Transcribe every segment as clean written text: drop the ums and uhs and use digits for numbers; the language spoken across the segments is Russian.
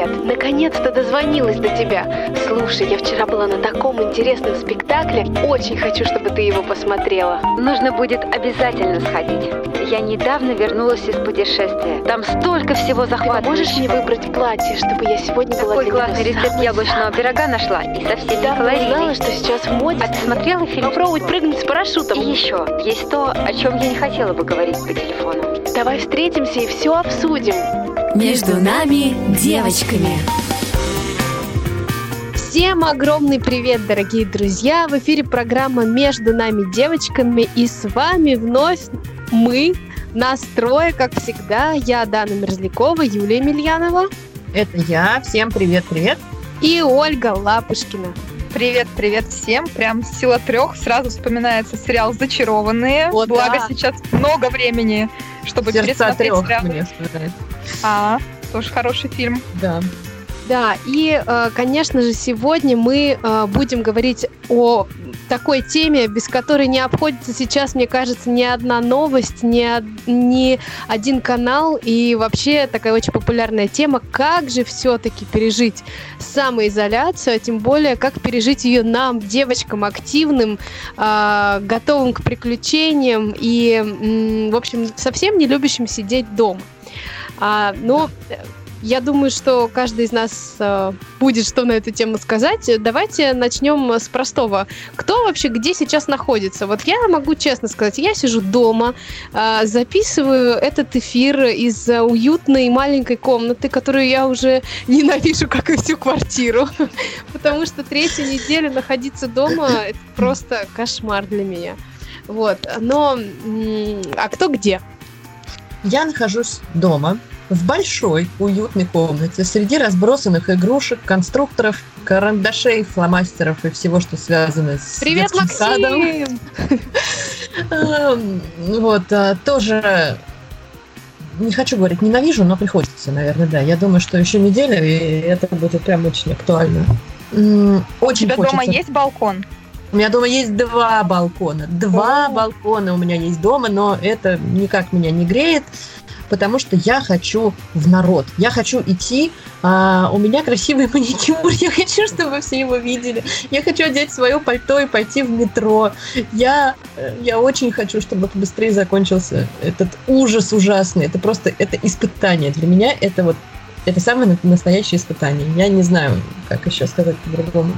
привет! Наконец-то дозвонилась до тебя. Слушай, я вчера была на таком интересном спектакле. Очень хочу, чтобы ты его посмотрела. Нужно будет обязательно сходить. Я недавно вернулась из путешествия. Там столько всего захватывающего. Ты можешь мне выбрать платье, чтобы я сегодня была Такой классный рецепт яблочного пирога нашла. И со всеми калориями. Знала, что сейчас в моде. А ты смотрела фильм? Попробовать прыгнуть с парашютом. И еще, есть то, о чем я не хотела бы говорить по телефону. Давай встретимся и все обсудим. Между нами девочками. Всем огромный привет, дорогие друзья! В эфире программа «Между нами девочками», и с вами вновь мы, нас трое, как всегда. Я Дана Мерзлякова, Юлия Емельянова. Это я. Всем привет-привет. И Ольга Лапушкина. Привет всем. Прям сила трех. Сразу вспоминается сериал «Зачарованные». О, благо да. Сейчас много времени, чтобы пересмотреть сериал. Мне вспоминает. Тоже хороший фильм. Да. Да, и, конечно же, сегодня мы будем говорить о такой теме, без которой не обходится сейчас, мне кажется, ни одна новость, ни один канал, и вообще такая очень популярная тема, как же все-таки пережить самоизоляцию, а тем более, как пережить ее нам, девочкам активным, готовым к приключениям и, в общем, совсем не любящим сидеть дома. Но я думаю, что каждый из нас будет что на эту тему сказать. Давайте начнем с простого. Кто вообще где сейчас находится? Вот я могу честно сказать, я сижу дома, записываю этот эфир из уютной маленькой комнаты, которую я уже ненавижу, как и всю квартиру, потому что третью неделю находиться дома — это просто кошмар для меня. Вот. Но, а кто где? Я нахожусь дома, в большой, уютной комнате, среди разбросанных игрушек, конструкторов, карандашей, фломастеров и всего, что связано с Привет, детским Максим! садом. Вот, тоже не хочу говорить ненавижу, но приходится, наверное, да. Я думаю, что еще неделя, и это будет прям очень актуально. У тебя дома есть балкон? У меня дома есть два балкона. Два балкона у меня есть дома, но это никак меня не греет, потому что я хочу в народ. Я хочу идти, у меня красивый маникюр, я хочу, чтобы все его видели. Я хочу одеть свое пальто и пойти в метро. Я очень хочу, чтобы побыстрее закончился этот ужас ужасный. Это просто, это испытание. Для меня это самое настоящее испытание. Я не знаю, как еще сказать по-другому.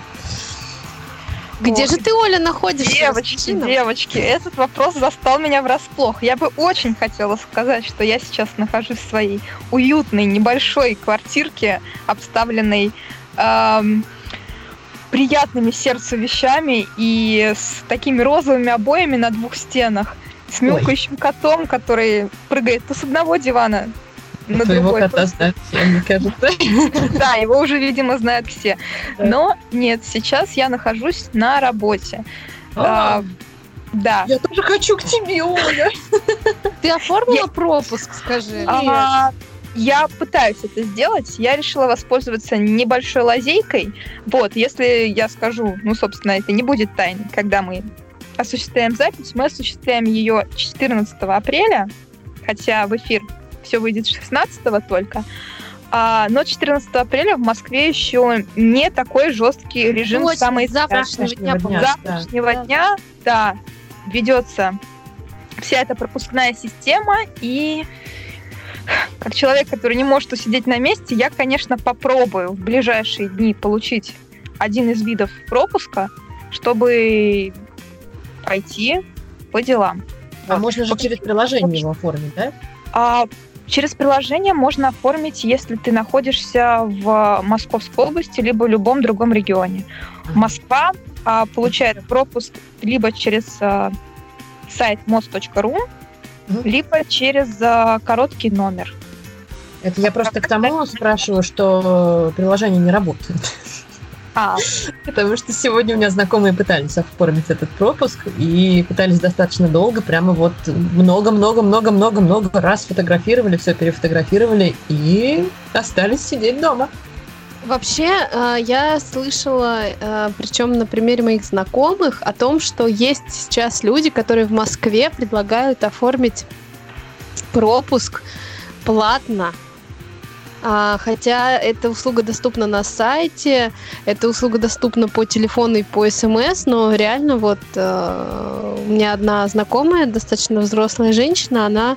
Где же ты, Оля, находишься? Девочки, этот вопрос застал меня врасплох. Я бы очень хотела сказать, что я сейчас нахожусь в своей уютной небольшой квартирке, обставленной приятными сердцу вещами и с такими розовыми обоями на двух стенах, с мяукающим котом, который прыгает то с одного дивана на твоего другой. Кота знают все, мне кажется. Да, его уже, видимо, знают все. Но нет, сейчас я нахожусь на работе. Да. Я тоже хочу к тебе, Оля. Ты оформила пропуск, скажи? Я пытаюсь это сделать. Я решила воспользоваться небольшой лазейкой. Вот, если я скажу, собственно, это не будет тайной, когда мы осуществляем запись, мы осуществляем ее 14 апреля, хотя в эфир все выйдет 16-го только. Но 14 апреля в Москве еще не такой жесткий режим самоизоляции. Завтрашнего дня, да, ведется вся эта пропускная система, и как человек, который не может усидеть на месте, я, конечно, попробую в ближайшие дни получить один из видов пропуска, чтобы пойти по делам. Можно же через приложение его оформить, да? Через приложение можно оформить, если ты находишься в Московской области, либо в любом другом регионе. Москва получает пропуск либо через сайт mos.ru, либо через короткий номер. Это я просто к тому спрашиваю, что приложение не работает. Потому что сегодня у меня знакомые пытались оформить этот пропуск и пытались достаточно долго, прямо вот много раз фотографировали, все перефотографировали и остались сидеть дома. Вообще, я слышала, причем на примере моих знакомых, о том, что есть сейчас люди, которые в Москве предлагают оформить пропуск платно. Хотя эта услуга доступна на сайте, эта услуга доступна по телефону и по СМС, но реально вот у меня одна знакомая, достаточно взрослая женщина, она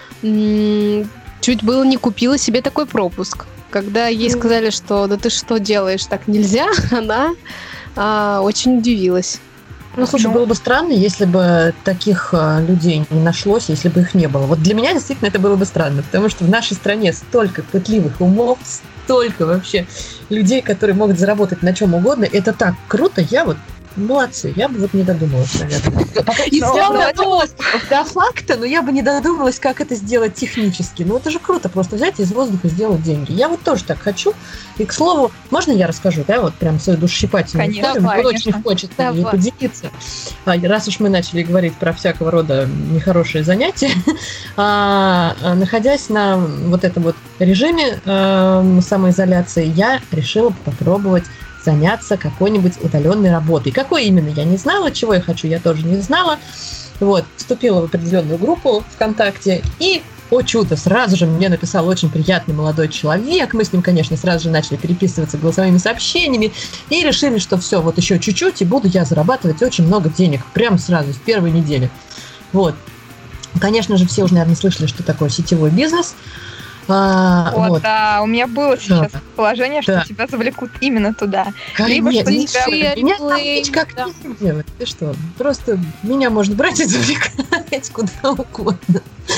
чуть было не купила себе такой пропуск. Когда ей сказали, что да ты что делаешь, так нельзя, она очень удивилась. Ну, слушай, было бы странно, если бы таких людей не нашлось, если бы их не было. Вот для меня действительно это было бы странно, потому что в нашей стране столько пытливых умов, столько вообще людей, которые могут заработать на чем угодно. Это так круто, молодцы, я бы вот не додумалась, наверное. Я бы додумалась до факта, но я бы не додумалась, как это сделать технически. Ну, это же круто, просто взять и из воздуха сделать деньги. Я вот тоже так хочу. И, к слову, можно я расскажу, да, вот прям свою душесчипательную историю? Мне очень хочется ей поделиться. Раз уж мы начали говорить про всякого рода нехорошие занятия, находясь на вот этом вот режиме самоизоляции, я решила попробовать заняться какой-нибудь удаленной работой. Какой именно, я не знала, чего я хочу, я тоже не знала. Вот, вступила в определенную группу ВКонтакте, и, о чудо, сразу же мне написал очень приятный молодой человек. Мы с ним, конечно, сразу же начали переписываться голосовыми сообщениями и решили, что все, вот еще чуть-чуть, и буду я зарабатывать очень много денег прямо сразу, в первой неделе. Вот. Конечно же, все уже, наверное, слышали, что такое сетевой бизнес. Да, у меня было сейчас положение, что тебя завлекут именно туда. Либо что тебя... Меня там никак не делать. Ты что? Просто меня можно брать и завлекать куда угодно.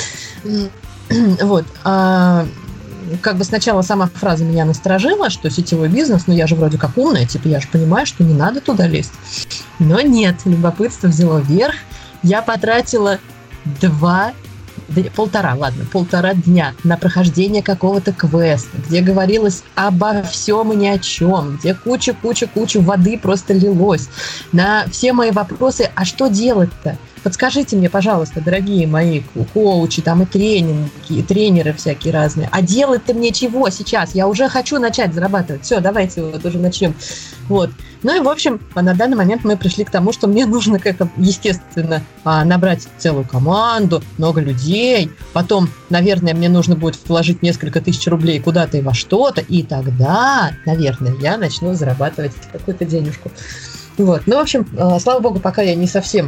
Вот. Как бы сначала сама фраза меня насторожила, что сетевой бизнес, я же вроде как умная, я же понимаю, что не надо туда лезть. Но нет, любопытство взяло вверх. Я потратила полтора дня на прохождение какого-то квеста, где говорилось обо всем и ни о чем, где куча воды просто лилось. На все мои вопросы, а что делать-то? Подскажите мне, пожалуйста, дорогие мои коучи, там и тренеры всякие разные. А делать-то мне чего сейчас? Я уже хочу начать зарабатывать. Все, давайте вот уже начнем. Вот. Ну и, в общем, на данный момент мы пришли к тому, что мне нужно как-то, естественно, набрать целую команду, много людей. Потом, наверное, мне нужно будет вложить несколько тысяч рублей куда-то и во что-то. И тогда, наверное, я начну зарабатывать какую-то денежку. Вот. Ну, в общем, слава богу, пока я не совсем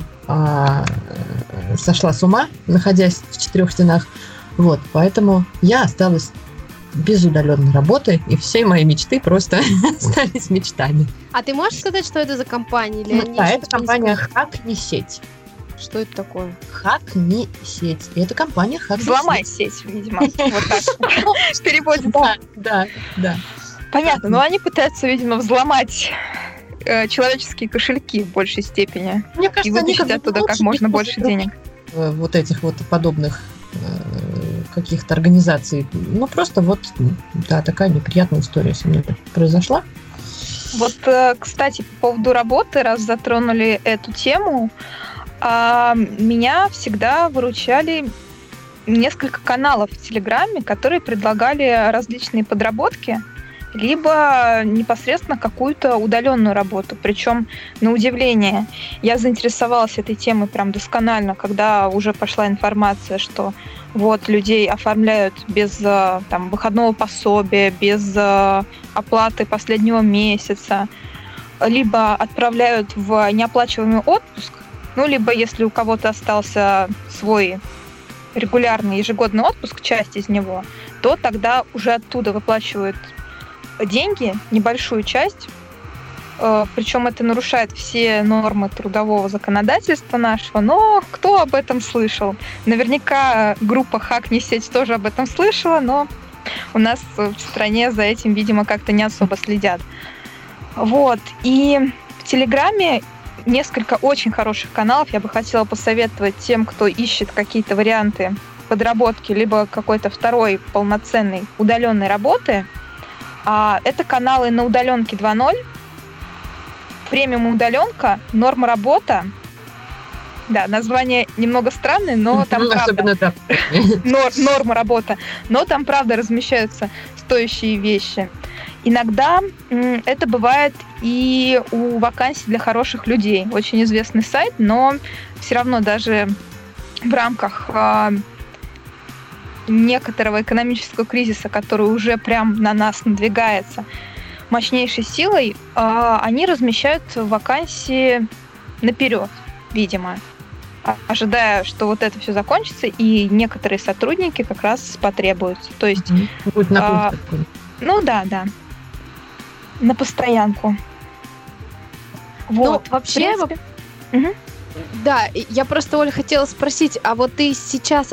сошла с ума, находясь в 4 стенах. Вот. Поэтому я осталась без удаленной работы, и все мои мечты просто остались мечтами. А ты можешь сказать, что это за компания? Да, это компания HackMeSеть. Что это такое? HackMeSеть. И это компания HackMeSеть. Взломай сеть, видимо. Вот так. В переводе. Да. Понятно, но они пытаются, видимо, взломать человеческие кошельки в большей степени. Мне кажется, и вытащить оттуда как можно больше денег. Вот этих вот подобных каких-то организаций. Ну, просто вот, да, такая неприятная история со мной произошла. Вот, кстати, по поводу работы, раз затронули эту тему, меня всегда выручали несколько каналов в Телеграме, которые предлагали различные подработки, либо непосредственно какую-то удаленную работу. Причем, на удивление, я заинтересовалась этой темой прям досконально, когда уже пошла информация, что вот людей оформляют без выходного пособия, без оплаты последнего месяца, либо отправляют в неоплачиваемый отпуск, либо если у кого-то остался свой регулярный ежегодный отпуск, часть из него, то тогда уже оттуда выплачивают деньги, небольшую часть, причем это нарушает все нормы трудового законодательства нашего, но кто об этом слышал? Наверняка группа HackMeSеть тоже об этом слышала, но у нас в стране за этим, видимо, как-то не особо следят. Вот. И в Телеграме несколько очень хороших каналов я бы хотела посоветовать тем, кто ищет какие-то варианты подработки, либо какой-то второй полноценной удаленной работы. Это каналы на удаленке 2.0, премиум удаленка, норма работа. Да, название немного странное, но там правда норма работа, но там правда размещаются стоящие вещи. Иногда это бывает и у вакансий для хороших людей. Очень известный сайт, но все равно даже в рамках некоторого экономического кризиса, который уже прям на нас надвигается мощнейшей силой, они размещают вакансии наперед, видимо, ожидая, что вот это все закончится, и некоторые сотрудники как раз потребуются. То есть... Будет наплыв такой. Ну да. На постоянку. Вот. Ну, вообще... Да, я просто, Оля, хотела спросить, а вот ты сейчас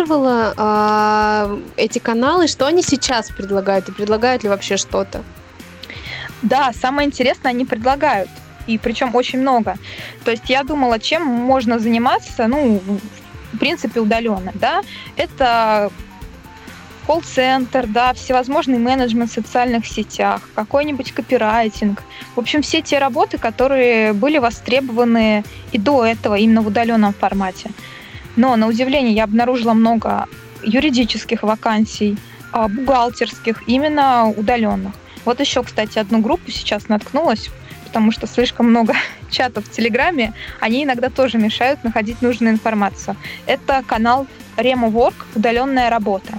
отслеживала эти каналы, что они сейчас предлагают, и предлагают ли вообще что-то? Да, самое интересное, они предлагают, и причем очень много. То есть я думала, чем можно заниматься, ну, в принципе, удаленно, да, это колл-центр, да, всевозможный менеджмент в социальных сетях, какой-нибудь копирайтинг. В общем, все те работы, которые были востребованы и до этого именно в удаленном формате. Но, на удивление, я обнаружила много юридических вакансий, бухгалтерских, именно удаленных. Вот еще, кстати, одну группу сейчас наткнулась, потому что слишком много чатов в Телеграме, они иногда тоже мешают находить нужную информацию. Это канал Remote Work, удаленная работа.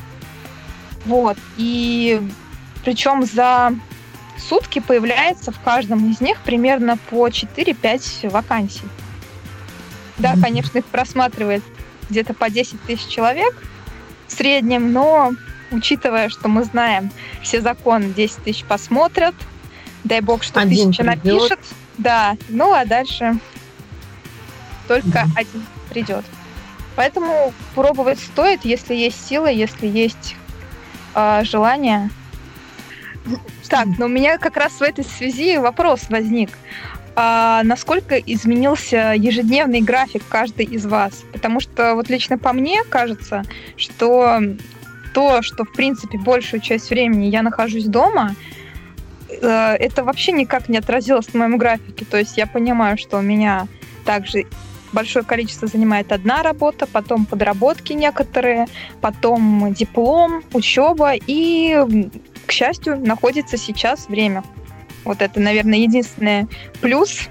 Вот. И причем за сутки появляется в каждом из них примерно по 4-5 вакансий. Да, конечно, их просматривает где-то по 10 тысяч человек в среднем, но учитывая, что мы знаем все законы, 10 тысяч посмотрят, дай бог, что 1000 напишет. Да, ну а дальше только один придет. Поэтому пробовать стоит, если есть сила, если есть желание. Так, но у меня как раз в этой связи вопрос возник. Насколько изменился ежедневный график каждой из вас? Потому что вот лично по мне кажется, что то, что в принципе большую часть времени я нахожусь дома, это вообще никак не отразилось на моем графике. То есть я понимаю, что у меня также большое количество занимает одна работа, потом подработки некоторые, потом диплом, учеба, и, к счастью, находится сейчас время. Вот это, наверное, единственный плюс,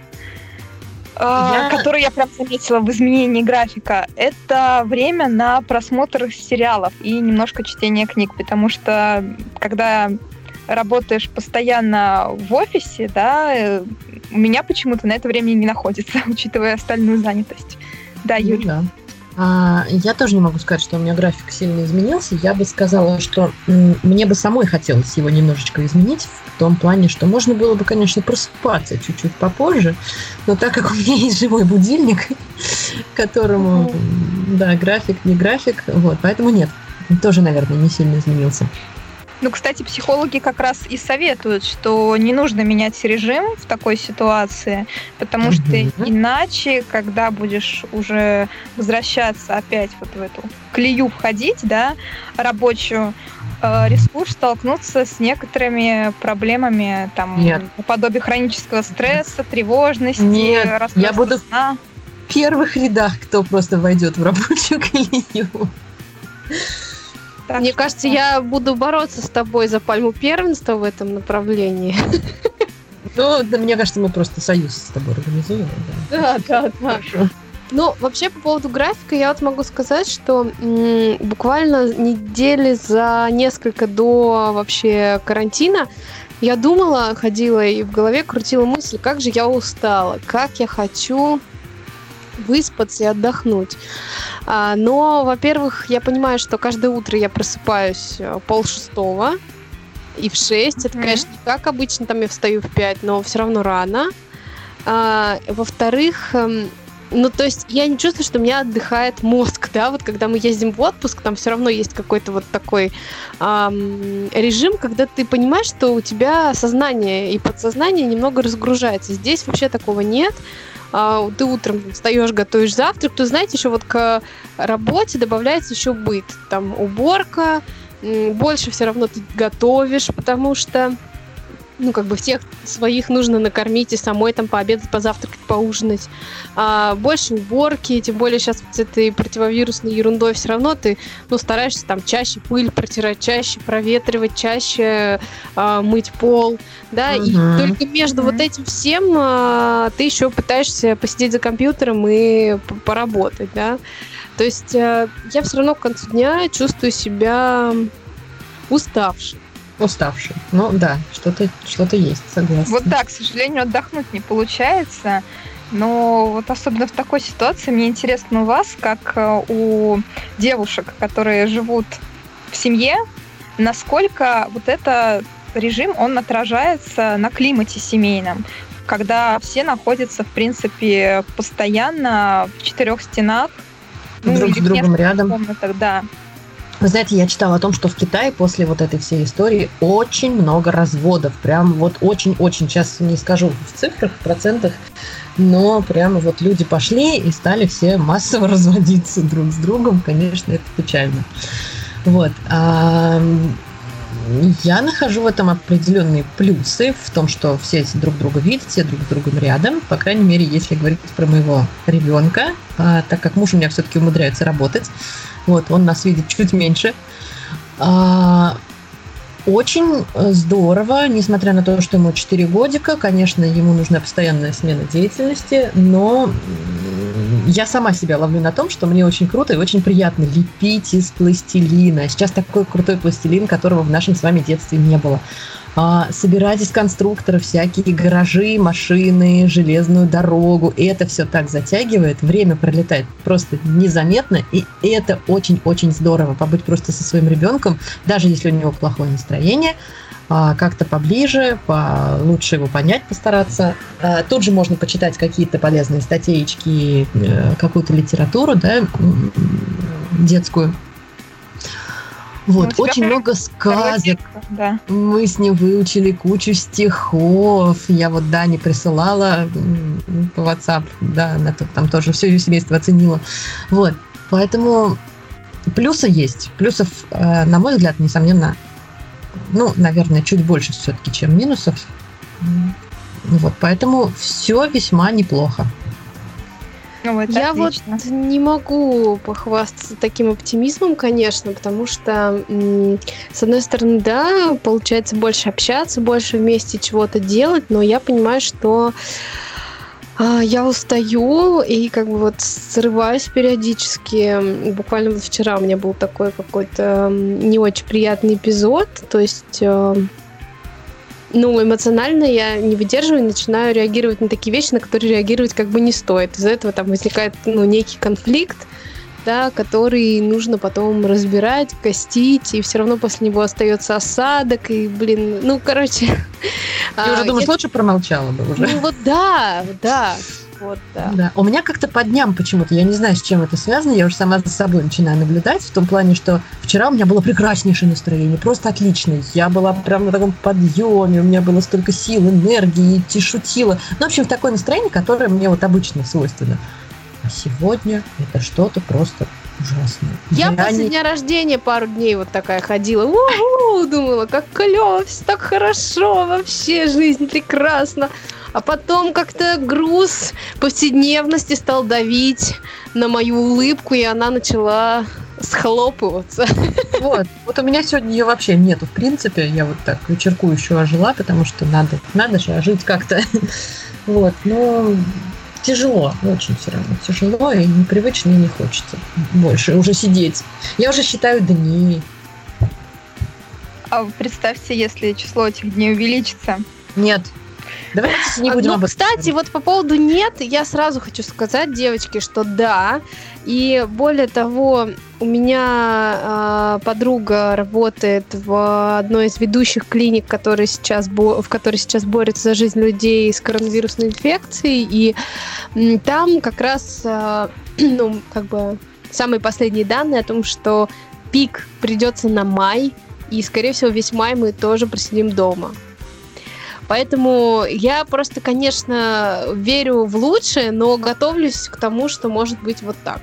который я прям заметила в изменении графика. Это время на просмотр сериалов и немножко чтение книг, потому что когда работаешь постоянно в офисе, да, у меня почему-то на это время не находится, учитывая остальную занятость. Да, Юль? Да. Я тоже не могу сказать, что у меня график сильно изменился. Я бы сказала, что мне бы самой хотелось его немножечко изменить, в том плане, что можно было бы, конечно, просыпаться чуть-чуть попозже, но так как у меня есть живой будильник, которому, да, график, не график, вот, поэтому нет, тоже, наверное, не сильно изменился. Ну, кстати, психологи как раз и советуют, что не нужно менять режим в такой ситуации, потому что иначе, когда будешь уже возвращаться опять вот в эту колею входить, да, рабочую, рискуешь столкнуться с некоторыми проблемами, там, наподобие хронического стресса, тревожности, расстройства я буду сна. В первых рядах, кто просто войдет в рабочую колею. Так, мне кажется, я буду бороться с тобой за пальму первенства в этом направлении. Ну, да, мне кажется, мы просто союз с тобой организуем. Да. Хорошо. Ну, вообще, по поводу графика, я вот могу сказать, что буквально недели за несколько до вообще карантина я думала, ходила и в голове крутила мысль, как же я устала, как я хочу выспаться и отдохнуть. Но, во-первых, я понимаю, что каждое утро я просыпаюсь 5:30 и в 6. Это, конечно, не как обычно, там я встаю в 5, но все равно рано. Во-вторых, ну, то есть я не чувствую, что у меня отдыхает мозг, да, вот когда мы ездим в отпуск, там все равно есть какой-то вот такой режим, когда ты понимаешь, что у тебя сознание и подсознание немного разгружается. Здесь вообще такого нет. Ты утром встаешь, готовишь завтрак, то, знаете, еще вот к работе добавляется еще быт. Там уборка, больше все равно ты готовишь, потому что, ну, как бы всех своих нужно накормить и самой там пообедать, позавтракать, поужинать. Больше уборки, тем более сейчас вот с этой противовирусной ерундой все равно ты, ну, стараешься там чаще пыль протирать, чаще проветривать, чаще мыть пол, да, и только между вот этим всем ты еще пытаешься посидеть за компьютером и поработать, да. То есть я все равно к концу дня чувствую себя уставшей. Уставший. Ну да, что-то есть, согласна. Вот да, к сожалению, отдохнуть не получается. Но вот особенно в такой ситуации мне интересно у вас, как у девушек, которые живут в семье, насколько вот этот режим, он отражается на климате семейном, когда все находятся, в принципе, постоянно в 4 стенах. Друг с другом рядом. Комнатах, да. Вы знаете, я читала о том, что в Китае после вот этой всей истории очень много разводов. Прям вот очень-очень, сейчас не скажу в цифрах, в процентах, но прямо вот люди пошли и стали все массово разводиться друг с другом. Конечно, это печально. Вот. Я нахожу в этом определенные плюсы, в том, что все друг друга видят, все друг с другом рядом. По крайней мере, если говорить про моего ребенка, так как муж у меня все-таки умудряется работать, вот, он нас видит чуть меньше. Очень здорово, несмотря на то, что ему 4 годика, конечно, ему нужна постоянная смена деятельности, но я сама себя ловлю на том, что мне очень круто и очень приятно лепить из пластилина. Сейчас такой крутой пластилин, которого в нашем с вами детстве не было. Собирать из конструктора всякие гаражи, машины, железную дорогу. И это все так затягивает, время пролетает просто незаметно, и это очень-очень здорово, побыть просто со своим ребенком, даже если у него плохое настроение, как-то поближе, лучше его понять, постараться. Тут же можно почитать какие-то полезные статейки, какую-то литературу, да, детскую. Вот, очень много сказок. Да. Мы с ним выучили кучу стихов. Я вот Дане присылала по WhatsApp, да, там тоже все ее семейство оценило. Вот, поэтому плюсы есть. Плюсов, на мой взгляд, несомненно, наверное, чуть больше все-таки, чем минусов. Вот, поэтому все весьма неплохо. Я отлично. Вот не могу похвастаться таким оптимизмом, конечно, потому что, с одной стороны, да, получается больше общаться, больше вместе чего-то делать, но я понимаю, что я устаю и как бы вот срываюсь периодически. Буквально вот вчера у меня был такой какой-то не очень приятный эпизод, то есть... эмоционально я не выдерживаю и начинаю реагировать на такие вещи, на которые реагировать как бы не стоит. Из-за этого там возникает некий конфликт, да, который нужно потом разбирать, костить, и все равно после него остается осадок, и, короче... Ты уже думаешь, лучше промолчала бы уже? Да. Вот, да. Да. У меня как-то по дням почему-то, я не знаю, с чем это связано, я уже сама за собой начинаю наблюдать, в том плане, что вчера у меня было прекраснейшее настроение, просто отличное. Я была прям на таком подъеме, у меня было столько сил, энергии, шутила. В общем, в такое настроение, которое мне вот обычно свойственно. А сегодня это что-то просто ужасное. Я после дня рождения пару дней вот такая ходила, думала, как клёво, все так хорошо, вообще жизнь прекрасна. А потом как-то груз повседневности стал давить на мою улыбку, и она начала схлопываться. Вот у меня сегодня ее вообще нету, в принципе. Я вот так вечерку еще ожила, потому что надо же ожить как-то. Вот, но тяжело, очень все равно тяжело, и непривычно, и не хочется больше уже сидеть. Я уже считаю дни. А представьте, если число этих дней увеличится. Нет. Давайте не будем об этом. Кстати, вот по поводу «нет», я сразу хочу сказать, девочки, что да. И более того, у меня подруга работает в одной из ведущих клиник, в которой сейчас борются за жизнь людей с коронавирусной инфекцией. И там как раз, самые последние данные о том, что пик придется на май, и, скорее всего, весь май мы тоже просидим дома. Поэтому я просто, конечно, верю в лучшее, но готовлюсь к тому, что может быть вот так.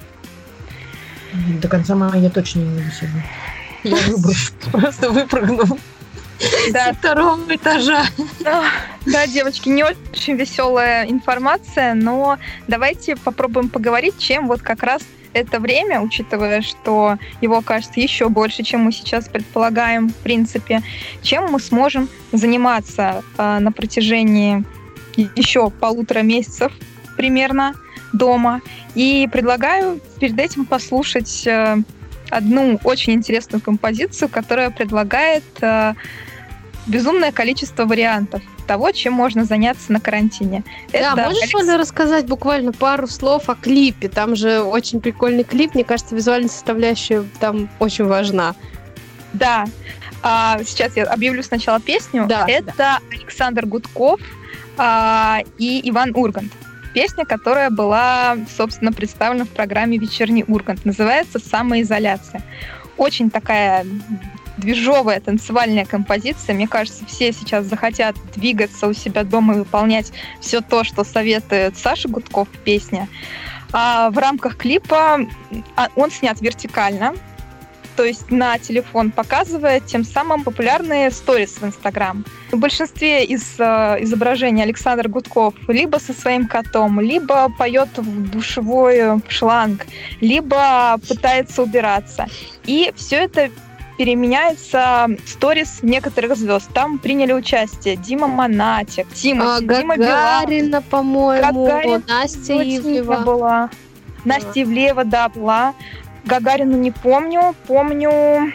До конца мая я точно не высижу. Я выброшу, просто выпрыгну с 2-го этажа. Да, девочки, не очень веселая информация, но давайте попробуем поговорить, чем вот как раз это время, учитывая, что его окажется еще больше, чем мы сейчас предполагаем, в принципе, чем мы сможем заниматься на протяжении еще 1,5 месяцев примерно. дома. И предлагаю перед этим послушать одну очень интересную композицию, которая предлагает безумное количество вариантов того, чем можно заняться на карантине. Да, можешь, Оля, рассказать буквально пару слов о клипе? Там же очень прикольный клип, мне кажется, визуальная составляющая там очень важна. Да. Сейчас я объявлю сначала песню. Да, это Александр Гудков и Иван Ургант. Песня, которая была, собственно, представлена в программе «Вечерний Ургант». Называется «Самоизоляция». Очень такая движовая танцевальная композиция. Мне кажется, все сейчас захотят двигаться у себя дома и выполнять все то, что советует Саша Гудков в песне. А в рамках клипа он снят вертикально, то есть на телефон показывая тем самым популярные сторис в Инстаграм. В большинстве из изображений Александр Гудков либо со своим котом, либо поет в душевой шланг, либо пытается убираться. И все это переменяется сторис некоторых звезд. Там приняли участие Дима Монатик, Дима Гагарина, по-моему, Настя Ивлева была. Настя Ивлева, да, была. Гагарину не помню. Помню...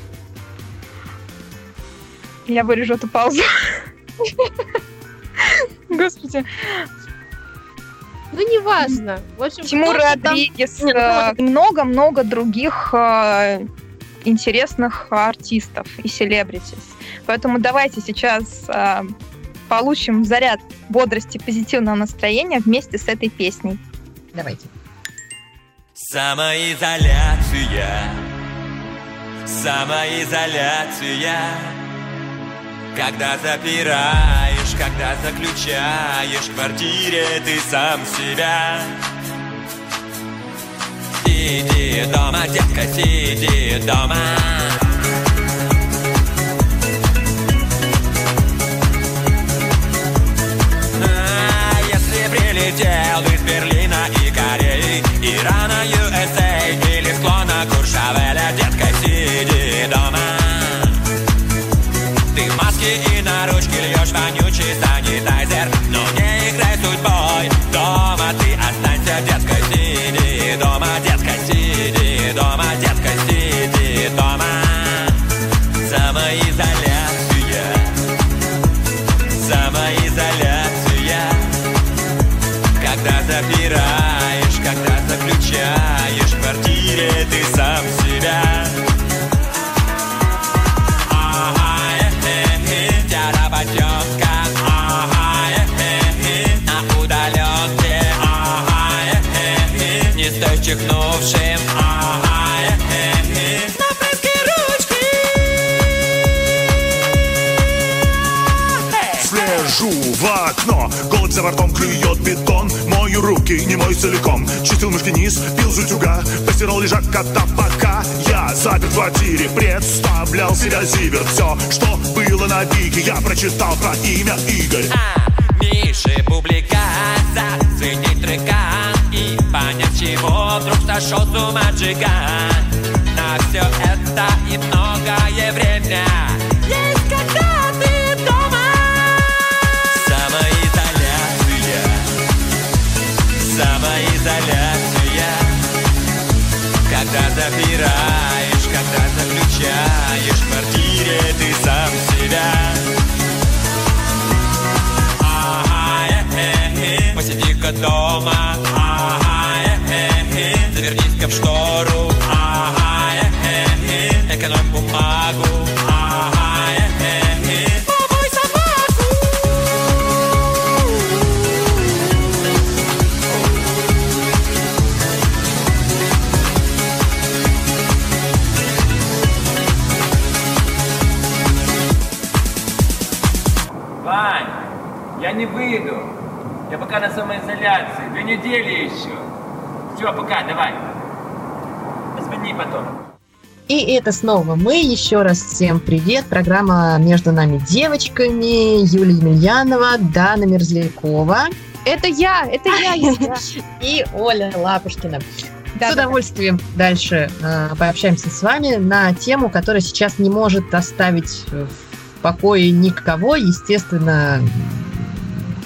Я вырежу эту паузу. Господи. Ну, неважно. В общем, Тимур Родригес, много-много других интересных артистов и селебритис. Поэтому давайте сейчас получим заряд бодрости, позитивного настроения вместе с этой песней. Давайте. Самоизоляция, самоизоляция. Когда запираешь, когда заключаешь в квартире ты сам себя. Сиди дома, детка, сиди дома. Если прилетел из Берлина и Кореи, Ирана, USA или склона Куршавеля, детка, сиди дома. Ты в маске и на ручке льешь вонючий санитайзер, но не играй судьбой. Дома ты останься, детка, сиди дома, детка, сиди дома, детка, сиди дома. Самоизоляция, самоизоляция. Когда запираешь, когда заключаешь в квартире ты сам себя. На удаленке, не стой чихнувшим, на фреске ручки. Слежу в окно, голубь за бортом клюет бетон. Мою руки, не мой целиком. Чистил мышки низ, пил с утюга, постирал лежак кота, пока я запер в квартире. Представлял себя зибер. Все, что было на пике, я прочитал про имя Игорь. Миши публикация, ценить трека и понять, чего вдруг сошел с ума джиган. На все это и многое время есть, когда ты дома. Самоизоляция, самоизоляция. Когда запираешь, когда заключаешь в квартире ты сам себя. Посиди-ка дома, завернись-ка в штору, экономь бумагу, помой собаку. Вань, я не выйду. Я пока на самоизоляции. 2 недели еще. Все, пока, давай. Позвони потом. И это снова мы. Еще раз всем привет. Программа «Между нами девочками». Юлия Емельянова, Дана Мерзлякова. Это я. И Оля Лапушкина. С удовольствием дальше пообщаемся с вами на тему, которая сейчас не может оставить в покое никого. Естественно,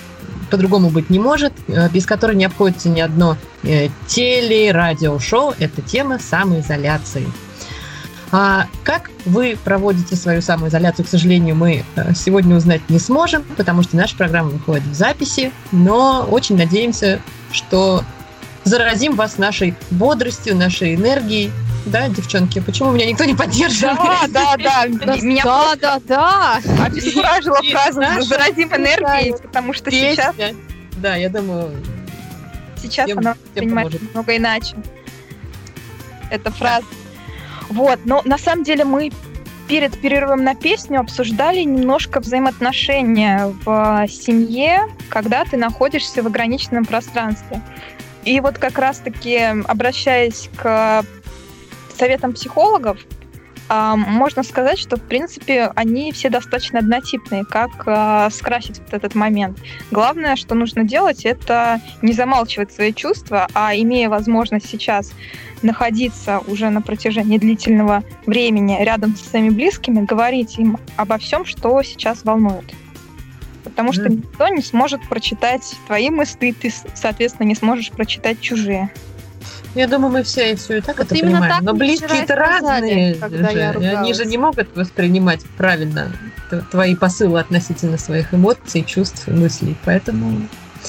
по-другому быть не может, без которой не обходится ни одно теле-радиошоу, это тема самоизоляции. А как вы проводите свою самоизоляцию, к сожалению, мы сегодня узнать не сможем, потому что наша программа выходит в записи, но очень надеемся, что заразим вас нашей бодростью, нашей энергией. Да, девчонки? Почему меня никто не поддерживает? Да. Меня обескуражила фраза «заразим энергией», потому что сейчас... Да, я думаю... Сейчас она понимает немного иначе. Эта фраза. Вот, но на самом деле мы перед перерывом на песню обсуждали немножко взаимоотношения в семье, когда ты находишься в ограниченном пространстве. И вот как раз-таки, обращаясь к советам психологов, можно сказать, что, в принципе, они все достаточно однотипные, как скрасить вот этот момент. Главное, что нужно делать, это не замалчивать свои чувства, а имея возможность сейчас находиться уже на протяжении длительного времени рядом со своими близкими, говорить им обо всем, что сейчас волнует. Потому что никто не сможет прочитать твои мысли, ты, соответственно, не сможешь прочитать чужие. Я думаю, мы все и так вот это понимаем. Но близкие-то разные же. Они же не могут воспринимать правильно твои посылы относительно своих эмоций, чувств и мыслей. Поэтому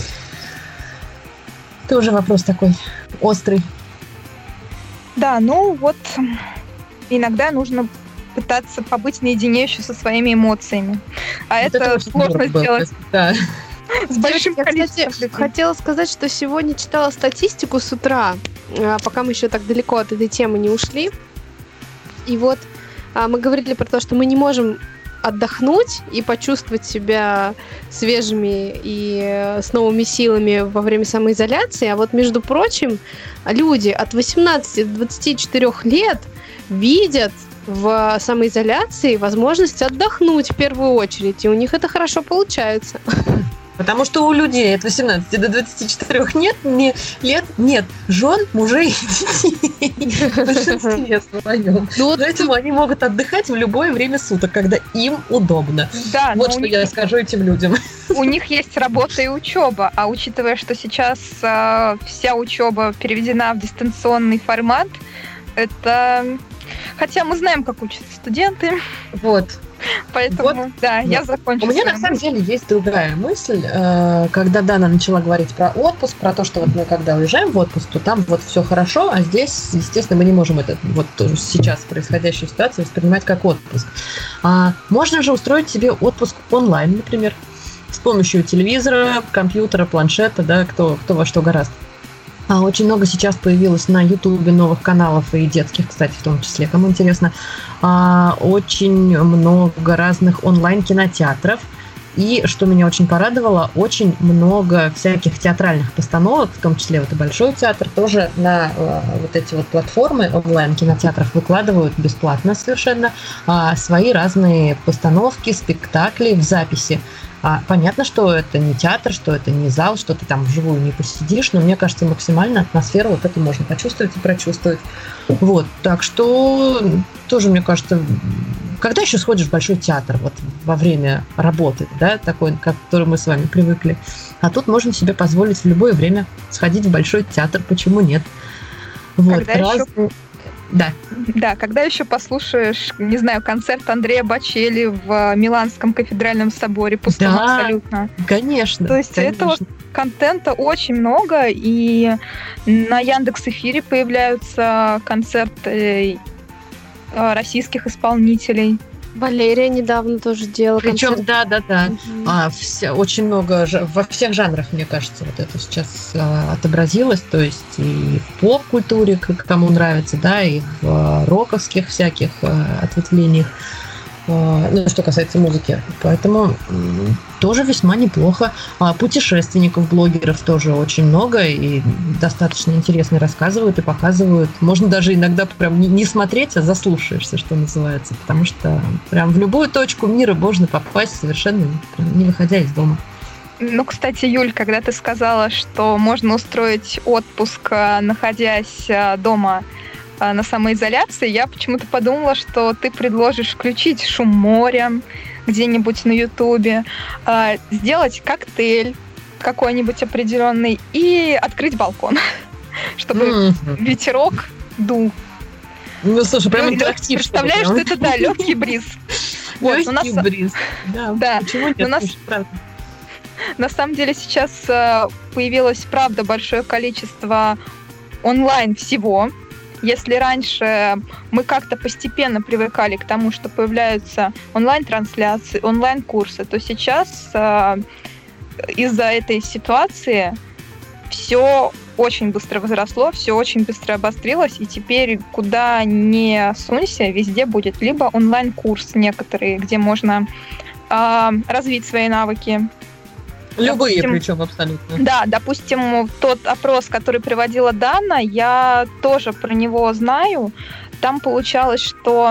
тоже вопрос такой острый. Да, ну вот иногда нужно пытаться побыть наедине еще со своими эмоциями. А вот это сложно сделать. Да. С большим количеством людей. Хотела сказать, что сегодня читала статистику с утра, пока мы еще так далеко от этой темы не ушли. И вот мы говорили про то, что мы не можем отдохнуть и почувствовать себя свежими и с новыми силами во время самоизоляции. А вот, между прочим, люди от 18 до 24 лет видят в самоизоляции возможность отдохнуть в первую очередь, и у них это хорошо получается. Потому что у людей от 18 до 24 лет нет жен, мужей и детей. В большинстве своем. Поэтому они могут отдыхать в любое время суток, когда им удобно. Да, вот что я скажу этим людям. У них есть работа и учеба, а учитывая, что сейчас вся учеба переведена в дистанционный формат, это... Хотя мы знаем, как учатся студенты. Вот. Поэтому, да, я закончу. У меня, на самом деле, есть другая мысль. Когда Дана начала говорить про отпуск, про то, что вот мы, когда уезжаем в отпуск, то там вот все хорошо, а здесь, естественно, мы не можем это вот сейчас происходящую ситуацию воспринимать как отпуск. Можно же устроить себе отпуск онлайн, например, с помощью телевизора, компьютера, планшета, да, кто во что гораздо. Очень много сейчас появилось на Ютубе новых каналов, и детских, кстати, в том числе, кому интересно. Очень много разных онлайн-кинотеатров. И, что меня очень порадовало, очень много всяких театральных постановок, в том числе вот и Большой театр, тоже на вот эти вот платформы онлайн-кинотеатров выкладывают бесплатно совершенно свои разные постановки, спектакли в записи. Понятно, что это не театр, что это не зал, что ты там вживую не посидишь, но мне кажется, максимально атмосферу вот эту можно почувствовать и прочувствовать. Вот, так что тоже, мне кажется, когда еще сходишь в Большой театр, вот во время работы, да, такой, к которому мы с вами привыкли, а тут можно себе позволить в любое время сходить в Большой театр, почему нет? Вот, Да, когда еще послушаешь, не знаю, концерт Андрея Бочелли в Миланском кафедральном соборе, пустом абсолютно. Конечно. То есть этого контента очень много, и на Яндекс.Эфире появляются концерты российских исполнителей. Валерия недавно тоже делала. Причем, да. Очень много, во всех жанрах, мне кажется, вот это сейчас отобразилось, то есть и в поп-культуре, кому нравится, да, и в роковских всяких ответвлениях, что касается музыки. Поэтому тоже весьма неплохо. Путешественников, блогеров тоже очень много, и достаточно интересно рассказывают и показывают. Можно даже иногда прям не смотреть, а заслушаешься, что называется, потому что прям в любую точку мира можно попасть совершенно не выходя из дома. Ну, кстати, Юль, когда ты сказала, что можно устроить отпуск, находясь дома на самоизоляции, я почему-то подумала, что ты предложишь включить шум моря где-нибудь на Ютубе, сделать коктейль, какой-нибудь определенный и открыть балкон, чтобы ветерок дул. Ну, слушай, прям интерактив. Представляешь, что это, да, легкий бриз. Легкий бриз. Да, почему нет? На самом деле сейчас появилось, правда, большое количество онлайн всего. Если раньше мы как-то постепенно привыкали к тому, что появляются онлайн-трансляции, онлайн-курсы, то сейчас из-за этой ситуации все очень быстро возросло, все очень быстро обострилось, и теперь куда ни сунься, везде будет либо онлайн-курс некоторые, где можно развить свои навыки. Любые, причем абсолютно. Да, допустим, тот опрос, который приводила Дана, я тоже про него знаю. Там получалось, что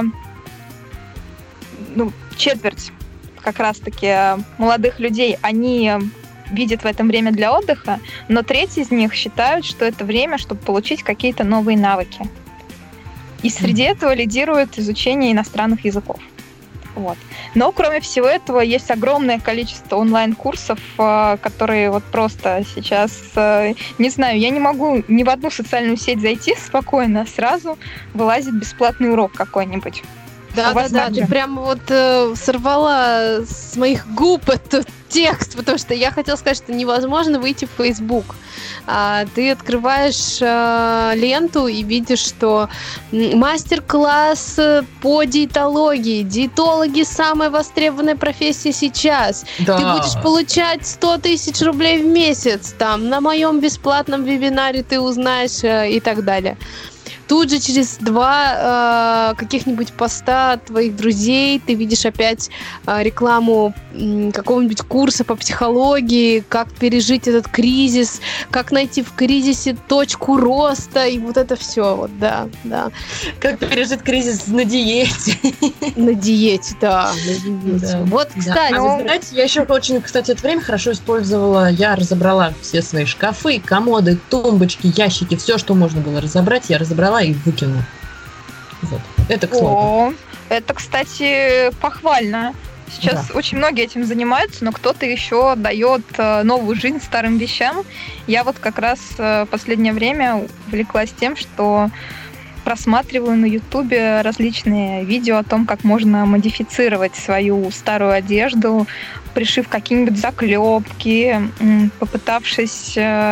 четверть как раз-таки молодых людей, они видят в этом время для отдыха, но треть из них считают, что это время, чтобы получить какие-то новые навыки. И среди этого лидирует изучение иностранных языков. Вот. Но, кроме всего этого, есть огромное количество онлайн-курсов, которые вот просто сейчас, не знаю, я не могу ни в одну социальную сеть зайти спокойно, сразу вылазит бесплатный урок какой-нибудь. Да, ты прям вот сорвала с моих губ этот текст, потому что я хотела сказать, что невозможно выйти в Facebook. Ты открываешь ленту и видишь, что мастер-класс по диетологии. Диетологи – самая востребованная профессия сейчас. Да. Ты будешь получать 100 тысяч рублей в месяц. Там, на моем бесплатном вебинаре ты узнаешь и так далее. Тут же через 2 каких-нибудь поста твоих друзей ты видишь опять рекламу какого-нибудь курса по психологии, как пережить этот кризис, как найти в кризисе точку роста, и вот это все, вот, да. Как пережить кризис на диете. На диете, да, на диете. Да. Вот, кстати. Да. Вы знаете, я еще очень, кстати, это время хорошо использовала. Я разобрала все свои шкафы, комоды, тумбочки, ящики, все, что можно было разобрать, я разобрала и выкинула. Вот. Это к слову. Это, кстати, похвально. Сейчас очень многие этим занимаются, но кто-то еще дает новую жизнь старым вещам. Я вот как раз в последнее время увлеклась тем, что просматриваю на Ютубе различные видео о том, как можно модифицировать свою старую одежду, пришив какие-нибудь заклепки, попытавшись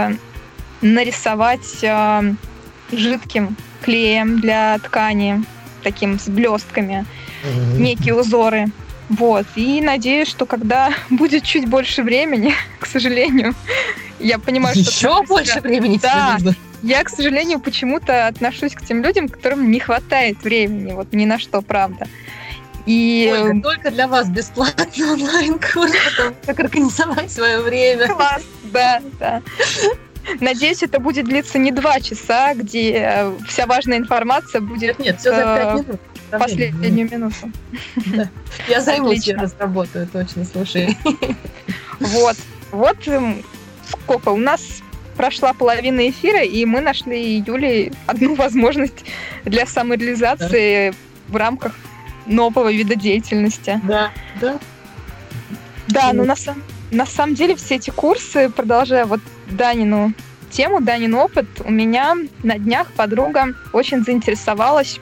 нарисовать жидким клеем для ткани, таким с блестками, некие узоры. Вот. И надеюсь, что когда будет чуть больше времени, к сожалению, я понимаю, что... Еще больше времени тебе нужно. Я, к сожалению, почему-то отношусь к тем людям, которым не хватает времени, вот ни на что, правда. И... Ольга, только для вас бесплатный онлайн-курс о том, как организовать свое время. Класс, да. Надеюсь, это будет длиться не 2 часа, где вся важная информация будет... Нет, все за 5 минут. Последнюю минуту. Да. Я займусь, я разработаю, точно, слушай. Вот сколько? У нас прошла половина эфира, и мы нашли Юле одну возможность для самореализации в рамках нового вида деятельности. Да. Да, но на самом деле все эти курсы, продолжая вот Данину тему, Данин опыт, у меня на днях подруга очень заинтересовалась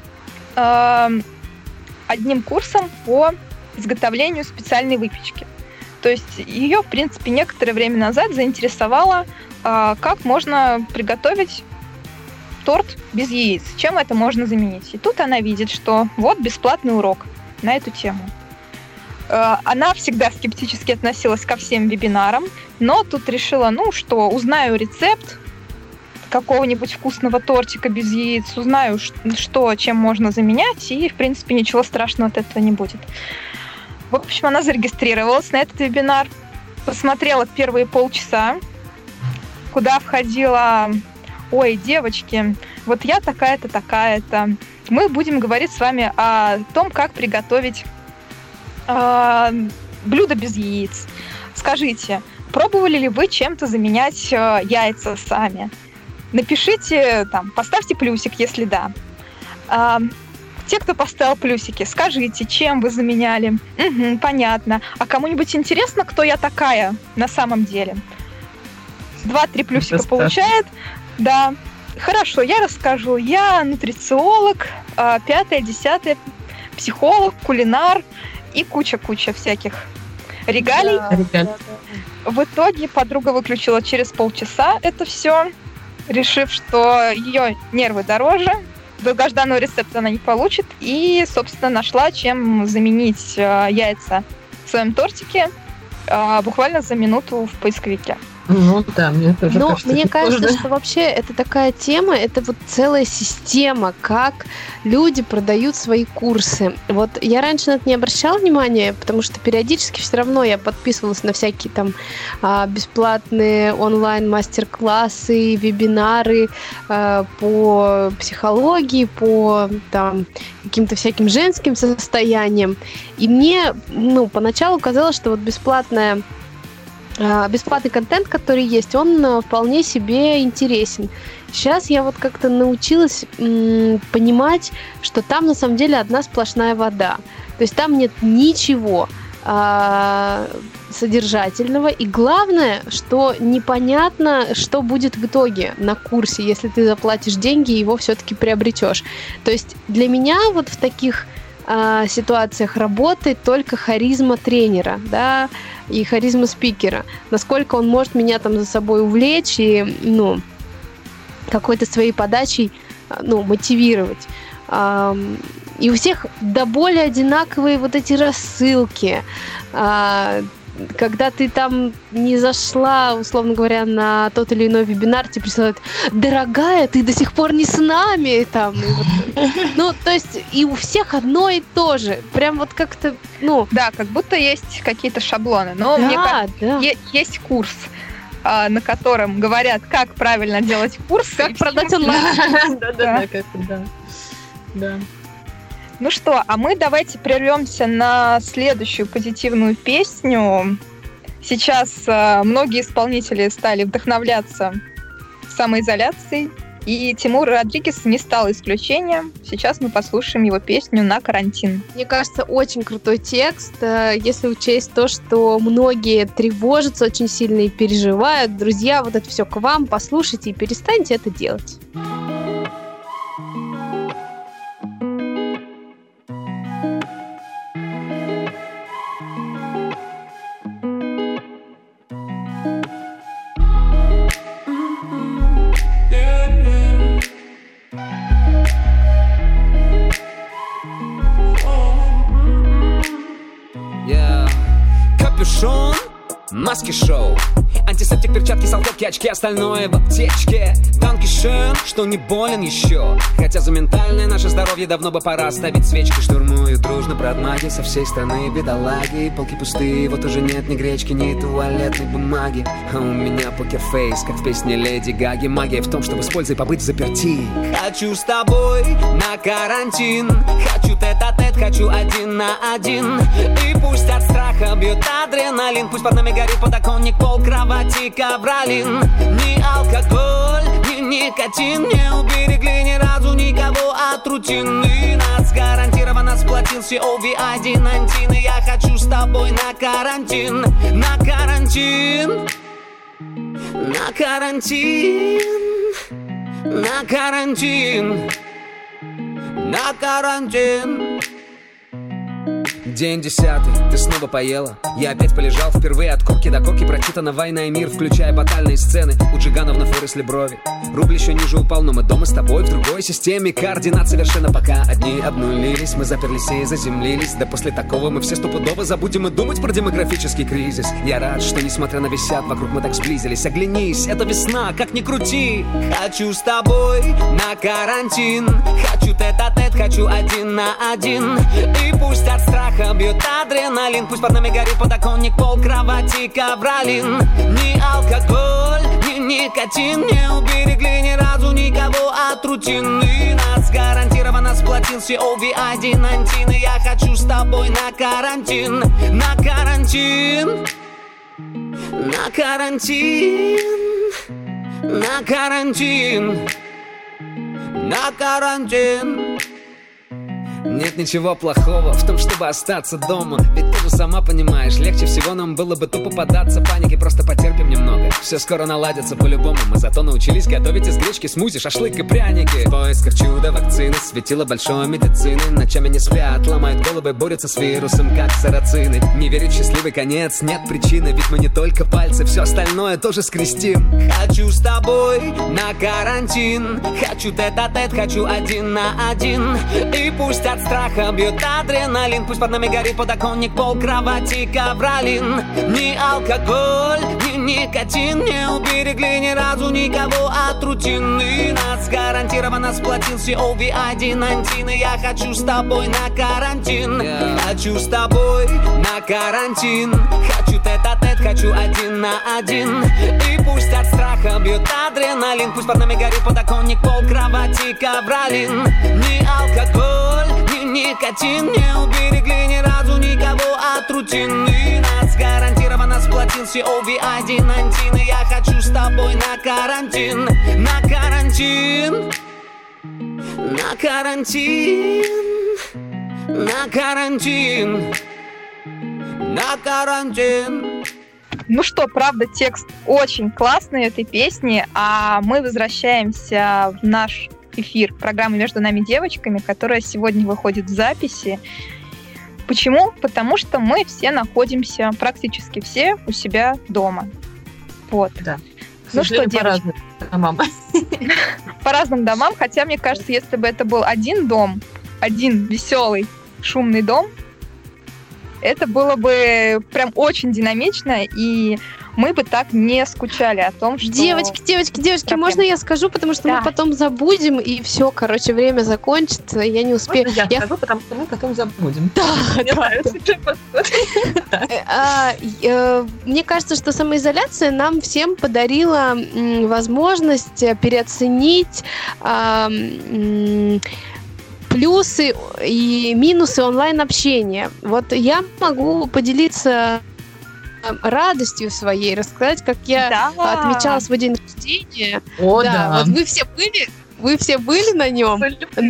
одним курсом по изготовлению специальной выпечки. То есть ее, в принципе, некоторое время назад заинтересовало, как можно приготовить торт без яиц, чем это можно заменить. И тут она видит, что вот бесплатный урок на эту тему. Она всегда скептически относилась ко всем вебинарам, но тут решила, что узнаю рецепт какого-нибудь вкусного тортика без яиц, узнаю, чем можно заменять, и, в принципе, ничего страшного от этого не будет. В общем, она зарегистрировалась на этот вебинар, посмотрела первые полчаса, куда входила: «Ой, девочки, вот я такая-то, такая-то. Мы будем говорить с вами о том, как приготовить блюдо без яиц. Скажите, пробовали ли вы чем-то заменять яйца сами? Напишите, поставьте плюсик, если да. Те, кто поставил плюсики, скажите, чем вы заменяли. Понятно. А кому-нибудь интересно, кто я такая на самом деле? 2-3 плюсика Это получает. Да. Хорошо, я расскажу. Я нутрициолог, 5-10 психолог, кулинар и куча-куча всяких регалий. В итоге подруга выключила через полчаса это все, решив, что ее нервы дороже, долгожданного рецепта она не получит, и, собственно, нашла, чем заменить яйца в своем тортике буквально за минуту в поисковике. Ну да, мне тоже Но кажется. мне это кажется, сложно. что вообще это такая тема, это вот целая система, как люди продают свои курсы. Вот я раньше на это не обращала внимания, потому что периодически все равно я подписывалась на всякие там бесплатные онлайн-мастер-классы, вебинары по психологии, по там каким-то всяким женским состояниям. И мне, поначалу казалось, что вот бесплатный контент, который есть, он вполне себе интересен. Сейчас я вот как-то научилась понимать, что там на самом деле одна сплошная вода. То есть там нет ничего содержательного. И главное, что непонятно, что будет в итоге на курсе, если ты заплатишь деньги и его все-таки приобретешь. То есть для меня вот в таких ситуациях работает только харизма тренера, да, и харизма спикера. Насколько он может меня там за собой увлечь и, какой-то своей подачей, мотивировать. И у всех до боли одинаковые вот эти рассылки. Когда ты там не зашла, условно говоря, на тот или иной вебинар, тебе присылают: дорогая, ты до сих пор не с нами. Там, то есть и у всех одно и то же. Прям вот как-то, Да, как будто есть какие-то шаблоны. Но мне кажется, есть курс, на котором говорят, как правильно делать курс. Как продать онлайн. Да. Ну что, а мы давайте прервемся на следующую позитивную песню. Сейчас многие исполнители стали вдохновляться самоизоляцией, и Тимур Родригес не стал исключением. Сейчас мы послушаем его песню «На карантин». Мне кажется, очень крутой текст, если учесть то, что многие тревожатся очень сильно и переживают. Друзья, вот это все к вам, послушайте и перестаньте это делать. Капюшон, маски-шоу, антисептик, перчатки, салфетки, очки, остальное в аптечке. Данкишен, что не болен еще, хотя за ментальное наше здоровье давно бы пора ставить свечки. Штурмуют дружно продмаги со всей страны, бедолаги. Полки пустые, вот уже нет ни гречки, ни туалетной бумаги. А у меня покерфейс, как в песне Леди Гаги. Магия в том, чтобы с пользой побыть взаперти. Хочу с тобой на карантин, хочу тет-а-тет, хочу 1 на 1. И пусть от страха бьет адреналин, пусть под нами горит подоконник, пол, кровати, ковролин. Ни алкоголь, ни никотин не уберегли ни разу никого от рутины. Нас гарантированно сплотил COVID-19. И я хочу с тобой на карантин, на карантин, на карантин, на карантин, на карантин. День 10, ты снова поела. Я опять полежал впервые от корки до корки. Прочитана «Война и мир», включая батальные сцены. У Джигановна выросли брови, рубль еще ниже упал, но мы дома с тобой в другой системе координат совершенно. Пока одни обнулились, мы заперлись и заземлились. Да после такого мы все стопудово забудем и думать про демографический кризис. Я рад, что несмотря на висят, вокруг мы так сблизились. Оглянись, это весна, как ни крути. Хочу с тобой на карантин, хочу тет-а-тет, хочу 1 на 1. И пусть от страха бьет адреналин, пусть под нами горит подоконник, пол, кровати, ковролин. Ни алкоголь, ни никотин не уберегли ни разу никого от рутины. Нас гарантированно сплотил COVID-19. И я хочу с тобой на карантин, на карантин, на карантин, на карантин, на карантин. Нет ничего плохого в том, чтобы остаться дома. Ведь ты же сама понимаешь, легче всего нам было бы тупо поддаться панике. Просто потерпим немного, все скоро наладится по-любому. Мы зато научились готовить из гречки смузи, шашлык и пряники. В поисках чуда вакцины, светило большой медицины. Ночами не спят, ломают головы, борются с вирусом, как сарацины. Не верить в счастливый конец, нет причины. Ведь мы не только пальцы, все остальное тоже скрестим. Хочу с тобой на карантин, хочу тет-а-тет, хочу 1 на 1. И пусть от страха бьет адреналин, пусть под нами горит подоконник, пол, кровати, ковролин. Ни алкоголь, ни никотин не уберегли ни разу никого от рутины. Нас гарантированно сплотил COVID-19. И я хочу с тобой на карантин, хочу с тобой на карантин, хочу тет-а-тет, хочу 1 на 1. И пусть от страха бьет адреналин, пусть под нами горит подоконник, пол, кровати, ковролин. Ни алкоголь, ни никотин не уберегли ни разу никого от рутины. Нас гарантированно сплотил COVID-19. И я хочу с тобой на карантин, на карантин, на карантин, на карантин, на карантин. Ну что, правда, текст очень классный этой песни, а мы возвращаемся в наш эфир программы «Между нами девочками», которая сегодня выходит в записи. Почему? Потому что мы все находимся, практически все, у себя дома. Вот. Да. Ну что, девочки? По разным домам. По разным домам, хотя, мне кажется, если бы это был один дом, один веселый, шумный дом, это было бы прям очень динамично, и мы бы так не скучали о том, что... Девочки, можно я скажу, потому что мы потом забудем, и все, короче, время закончится, я не успею. Можно я скажу, потому что мы потом забудем. Мне кажется, что самоизоляция нам всем подарила возможность переоценить плюсы и минусы онлайн-общения. Вот я могу поделиться радостью своей, рассказать, как я отмечала свой день рождения. О, да. Вот вы все были на нем.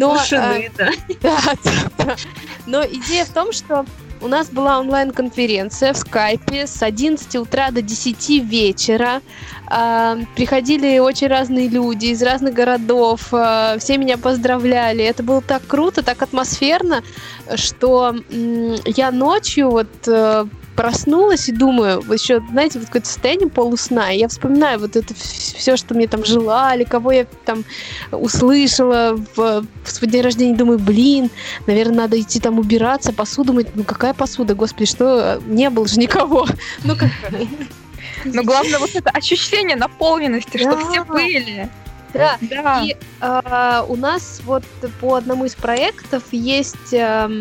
Но идея в том, что у нас была онлайн-конференция в скайпе с 11 утра до 10 вечера. Приходили очень разные люди из разных городов. Все меня поздравляли. Это было так круто, так атмосферно, что я ночью проснулась и думаю, еще, знаете, вот какое-то состояние полусна, и я вспоминаю вот это все, что мне там желали, кого я там услышала в свой день рождения, думаю, наверное, надо идти там убираться, посуду мыть. Ну, какая посуда, господи, что? Не было же никого. Ну, как... Но главное вот это ощущение наполненности, что все были. Да. И у нас вот по одному из проектов есть...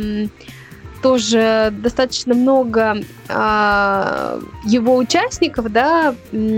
тоже достаточно много его участников, да,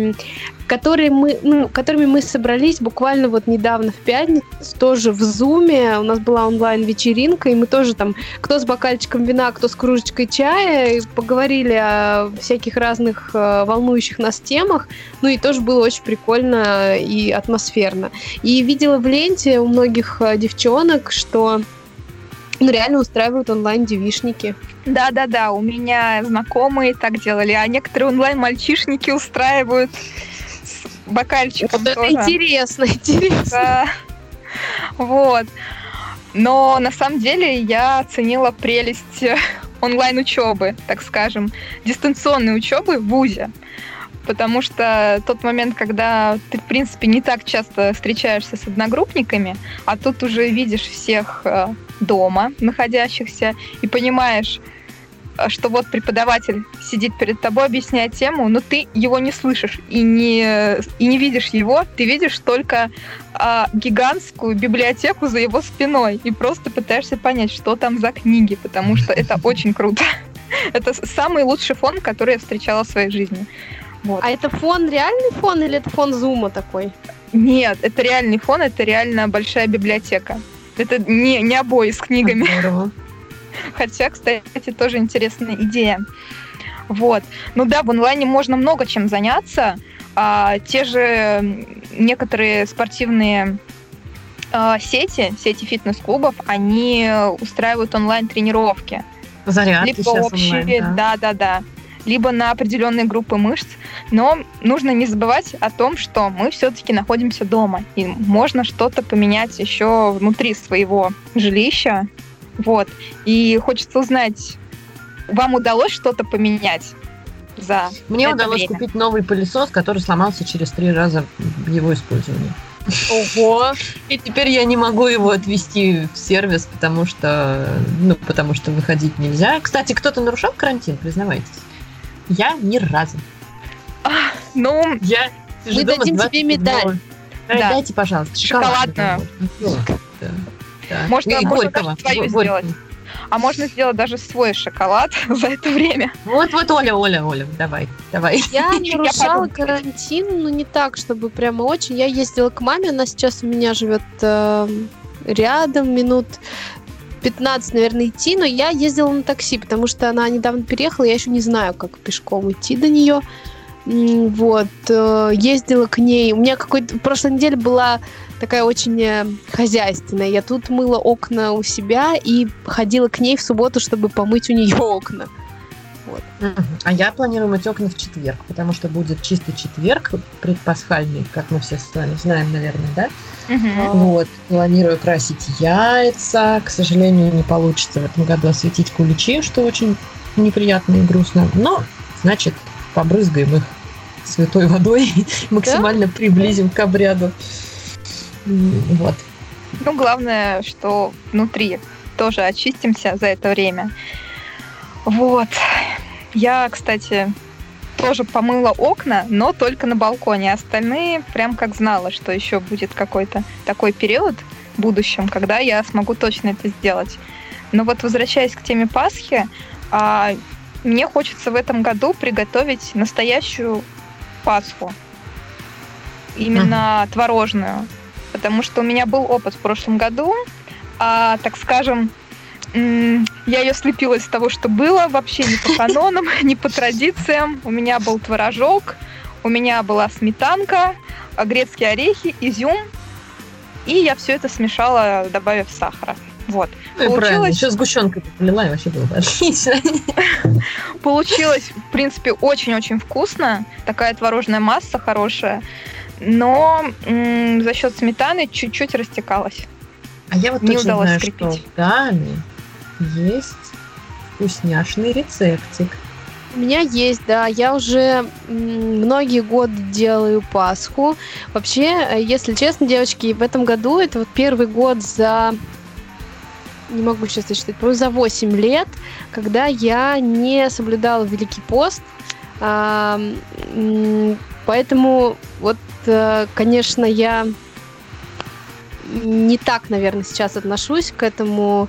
которыми мы собрались буквально вот недавно в пятницу, тоже в Зуме. У нас была онлайн-вечеринка, и мы тоже там, кто с бокальчиком вина, кто с кружечкой чая, и поговорили о всяких разных волнующих нас темах. Ну и тоже было очень прикольно и атмосферно. И видела в ленте у многих девчонок, что реально устраивают онлайн-девишники. Да, у меня знакомые так делали, а некоторые онлайн-мальчишники устраивают с бокальчиком вот тоже. Это интересно. Да. Вот. Но на самом деле я оценила прелесть онлайн-учебы, так скажем, дистанционной учебы в вузе. Потому что тот момент, когда ты, в принципе, не так часто встречаешься с одногруппниками, а тут уже видишь всех дома находящихся и понимаешь, что вот преподаватель сидит перед тобой, объясняет тему, но ты его не слышишь и не видишь его, ты видишь только гигантскую библиотеку за его спиной и просто пытаешься понять, что там за книги, потому что это очень круто. Это самый лучший фон, который я встречала в своей жизни. Вот. А это фон реальный фон или это фон Зума такой? Нет, это реальный фон, это реально большая библиотека. Это не обои с книгами. Хотя, кстати, тоже интересная идея. Вот. Ну да, в онлайне можно много чем заняться. Те же некоторые спортивные сети фитнес-клубов, они устраивают онлайн-тренировки. Зарядки либо сейчас общие, онлайн, да, либо на определенные группы мышц. Но нужно не забывать о том, что мы все-таки находимся дома, и можно что-то поменять еще внутри своего жилища. Вот. И хочется узнать, вам удалось что-то поменять за Мне это удалось время? купить новый пылесос, который сломался через 3 раза его использования. Ого! И теперь я не могу его отвезти в сервис, потому что выходить нельзя. Кстати, кто-то нарушал карантин, признавайтесь? Я ни разу. Ну, Я сижу Мы дома дадим с тебе медаль. 27-го. Да. Дайте, пожалуйста, Шоколадную. Да. Можно И даже горького. свою сделать. А можно сделать даже свой шоколад за это время. Вот, Оля, давай. Я нарушала подумаю. карантин, но не так, чтобы прямо очень. Я ездила к маме, она сейчас у меня живет рядом, минут 15, наверное, идти, но я ездила на такси, потому что она недавно переехала, я еще не знаю, как пешком идти до нее. Вот, ездила к ней. У меня в прошлой неделе была такая очень хозяйственная. Я тут мыла окна у себя и ходила к ней в субботу, чтобы помыть у нее окна. Вот. А я планирую мыть окна в четверг, потому что будет чистый четверг, предпасхальный, как мы все с вами знаем, наверное, да? Вот. Планирую красить яйца. К сожалению, не получится в этом году осветить куличи, что очень неприятно и грустно. Но, значит, побрызгаем их святой водой и максимально приблизим к обряду. Вот. Ну, главное, что внутри тоже очистимся за это время. Вот. Я, кстати, тоже помыла окна, но только на балконе. Остальные прям как знала, что еще будет какой-то такой период в будущем, когда я смогу точно это сделать. Но вот возвращаясь к теме Пасхи, мне хочется в этом году приготовить настоящую Пасху. Именно творожную. Потому что у меня был опыт в прошлом году, так скажем, я ее слепила из того, что было, вообще не по канонам, не по традициям. У меня был творожок, у меня была сметанка, грецкие орехи, изюм, и я все это смешала, добавив сахара. Вот. Ну и правильно, еще сгущенкой полила, и вообще было бы отлично. Получилось, в принципе, очень-очень вкусно. Такая творожная масса хорошая. Но за счет сметаны чуть-чуть растекалась. А я вот не точно удалось знаю, скрепить. что в Даме есть вкусняшный рецептик. У меня есть, да. Я уже многие годы делаю Пасху. Вообще, если честно, девочки, в этом году это вот первый год за... Не могу сейчас считать, по-моему, за 8 лет, когда я не соблюдала Великий пост. Поэтому вот, конечно, я не так, наверное, сейчас отношусь к этому,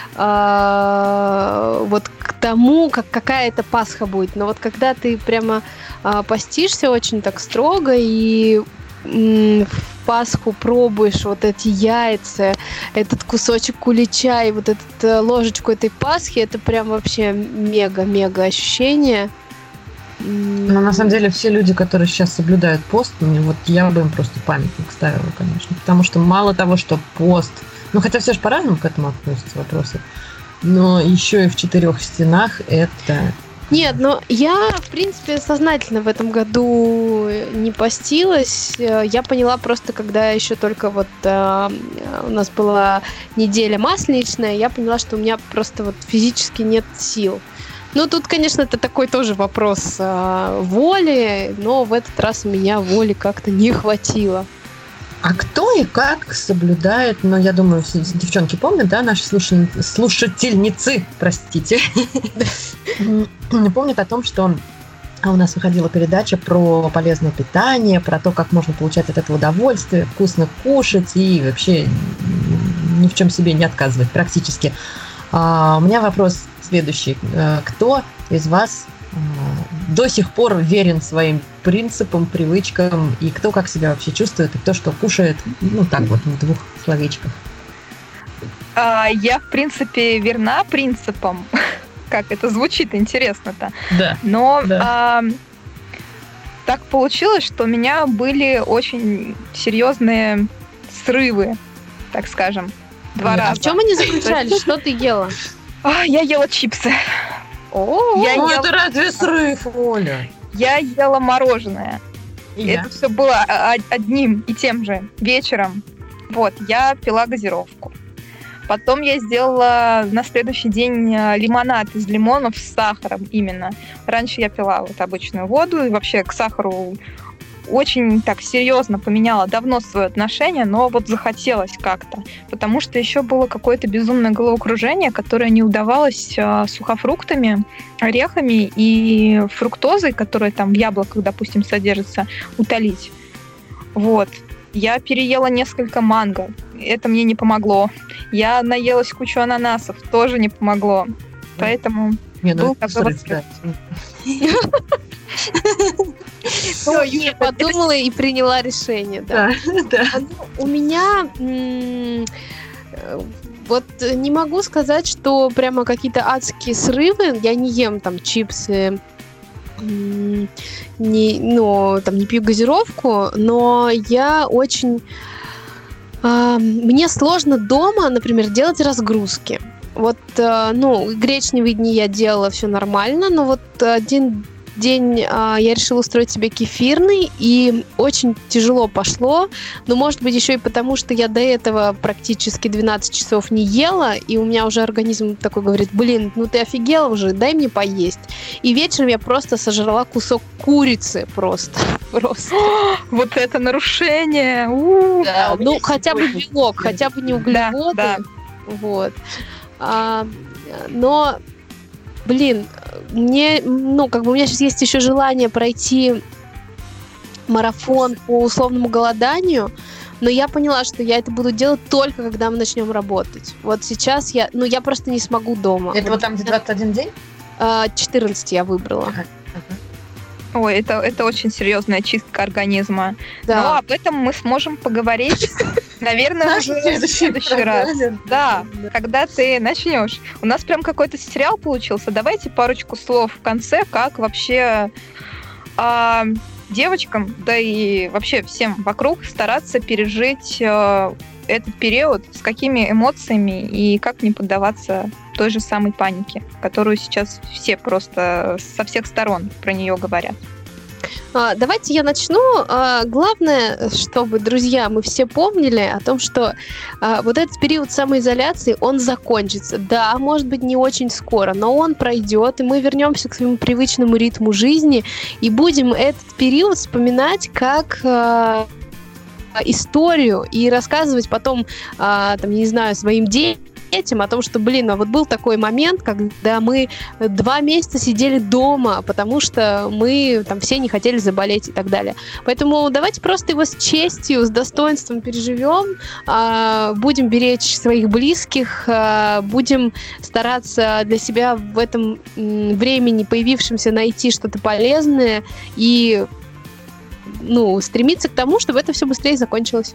вот к тому, какая это Пасха будет. Но вот когда ты прямо постишься очень так строго и в Пасху пробуешь вот эти яйца, этот кусочек кулича и вот эту ложечку этой Пасхи, это прям вообще мега-мега ощущение. Но на самом деле все люди, которые сейчас соблюдают пост, вот я бы им просто памятник ставила, конечно. Потому что мало того, что пост, ну хотя все же по-разному к этому относятся вопросы, но еще и в 4 стенах это... Нет, но я, в принципе, сознательно в этом году не постилась. Я поняла просто, когда еще только вот у нас была неделя масленичная, я поняла, что у меня просто вот физически нет сил. Ну, тут, конечно, это такой тоже вопрос воли, но в этот раз у меня воли как-то не хватило. А кто и как соблюдает, ну, я думаю, все девчонки помнят, да, наши слушательницы, простите, помнят о том, что у нас выходила передача про полезное питание, про то, как можно получать от этого удовольствие, вкусно кушать и вообще ни в чем себе не отказывать практически. У меня вопрос следующий. Кто из вас до сих пор верен своим принципам, привычкам, и кто как себя вообще чувствует, и кто что кушает, ну так вот, в 2 словечках? Я, в принципе, верна принципам. Как это звучит интересно-то. Да. Но так получилось, что у меня были очень серьезные срывы так скажем, 2 раза. А в чем они заключались? Что ты ела? Я ела чипсы. Это разве срыв, Оля? Я ела мороженое. Это все было одним и тем же вечером. Вот, я пила газировку. Потом я сделала на следующий день лимонад из лимонов с сахаром именно. Раньше я пила вот обычную воду и вообще к сахару очень так серьезно поменяла давно свое отношение, но вот захотелось как-то. Потому что еще было какое-то безумное головокружение, которое не удавалось сухофруктами, орехами и фруктозой, которая там в яблоках, допустим, содержится, утолить. Вот. Я переела несколько манго. Это мне не помогло. Я наелась кучу ананасов. Тоже не помогло. Поэтому был такой вот... Я подумала и приняла решение. Да. У меня... Вот не могу сказать, что прямо какие-то адские срывы. Я не ем там чипсы, не пью газировку, но я очень... Мне сложно дома, например, делать разгрузки. Вот, гречневые дни я делала все нормально, но вот один день я решила устроить себе кефирный, и очень тяжело пошло, но, может быть, еще и потому, что я до этого практически 12 часов не ела, и у меня уже организм такой говорит: блин, ну ты офигела уже, дай мне поесть. И вечером я просто сожрала кусок курицы просто. Вот это нарушение! Да, хотя бы белок, хотя бы не углеводы. Да. Вот. Но... Блин, у меня сейчас есть еще желание пройти марафон по условному голоданию, но я поняла, что я это буду делать только когда мы начнем работать. Вот сейчас я просто не смогу дома. Это вот там, где 21 день? 14 я выбрала. Ой, это очень серьезная чистка организма. Да. Но об этом мы сможем поговорить, наверное, уже в следующий раз. Да, когда ты начнешь. У нас прям какой-то сериал получился. Давайте парочку слов в конце, как вообще девочкам, да и вообще всем вокруг стараться пережить этот период, с какими эмоциями и как не поддаваться той же самой панике, которую сейчас все просто со всех сторон про нее говорят. Давайте я начну. Главное, чтобы, друзья, мы все помнили о том, что вот этот период самоизоляции, он закончится. Да, может быть, не очень скоро, но он пройдет, и мы вернемся к своему привычному ритму жизни и будем этот период вспоминать как историю и рассказывать потом, своим детям о том, что, вот был такой момент, когда мы 2 месяца сидели дома, потому что мы там все не хотели заболеть и так далее. Поэтому давайте просто его с честью, с достоинством переживем, будем беречь своих близких, будем стараться для себя в этом времени появившемся найти что-то полезное и стремиться к тому, чтобы это все быстрее закончилось.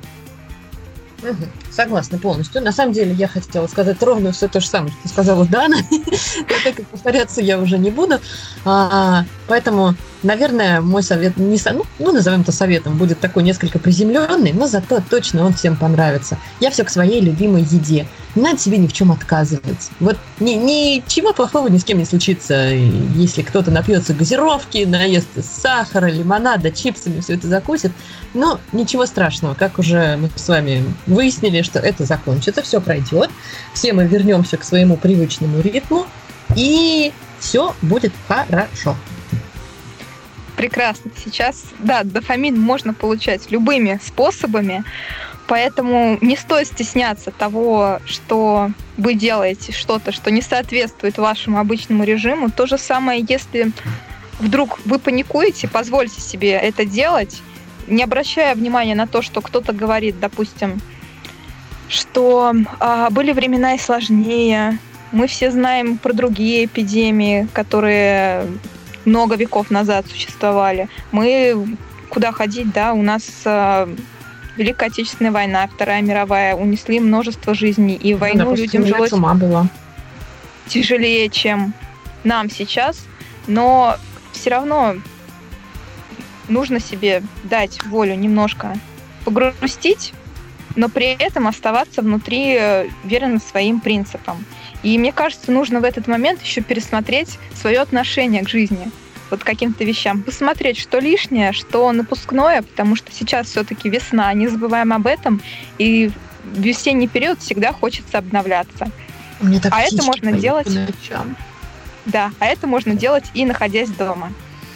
Согласна полностью. На самом деле я хотела сказать ровно все то же самое, что сказала Дана. Так как повторяться я уже не буду. Поэтому, наверное, мой совет, назовем это советом, будет такой несколько приземленный, но зато точно он всем понравится. Я все к своей любимой еде. Не надо себе ни в чем отказывать. Вот ничего плохого ни с кем не случится, если кто-то напьется газировки, наест сахара, лимонада, чипсами, все это закусит. Но ничего страшного, как уже мы с вами выяснили, что это закончится, все пройдет, все мы вернемся к своему привычному ритму, и все будет хорошо. Прекрасно. Сейчас, дофамин можно получать любыми способами, поэтому не стоит стесняться того, что вы делаете что-то, что не соответствует вашему обычному режиму. То же самое, если вдруг вы паникуете, позвольте себе это делать, не обращая внимания на то, что кто-то говорит, допустим, что были времена и сложнее. Мы все знаем про другие эпидемии, которые много веков назад существовали. Мы куда ходить, у нас Великая Отечественная война, Вторая мировая унесли множество жизней, и в войну людям жилось тяжелее, чем нам сейчас, но все равно нужно себе дать волю немножко погрустить, но при этом оставаться внутри верным своим принципам. И мне кажется, нужно в этот момент еще пересмотреть свое отношение к жизни, вот к каким-то вещам, посмотреть, что лишнее, что напускное, потому что сейчас все-таки весна, не забываем об этом, и в весенний период всегда хочется обновляться. А это можно делать. Да, а это можно делать и находясь дома.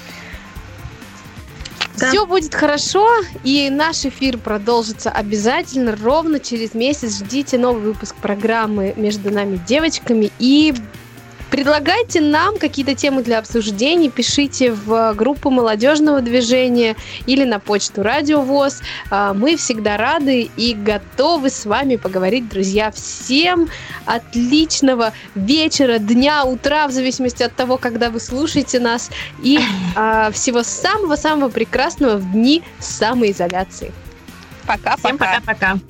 Да. Все будет хорошо, и наш эфир продолжится обязательно ровно через месяц. Ждите новый выпуск программы «Между нами девочками» и предлагайте нам какие-то темы для обсуждений, пишите в группу молодежного движения или на почту Радио ВОС. Мы всегда рады и готовы с вами поговорить, друзья. Всем отличного вечера, дня, утра, в зависимости от того, когда вы слушаете нас. И всего самого-самого прекрасного в дни самоизоляции. Пока-пока. Всем пока-пока.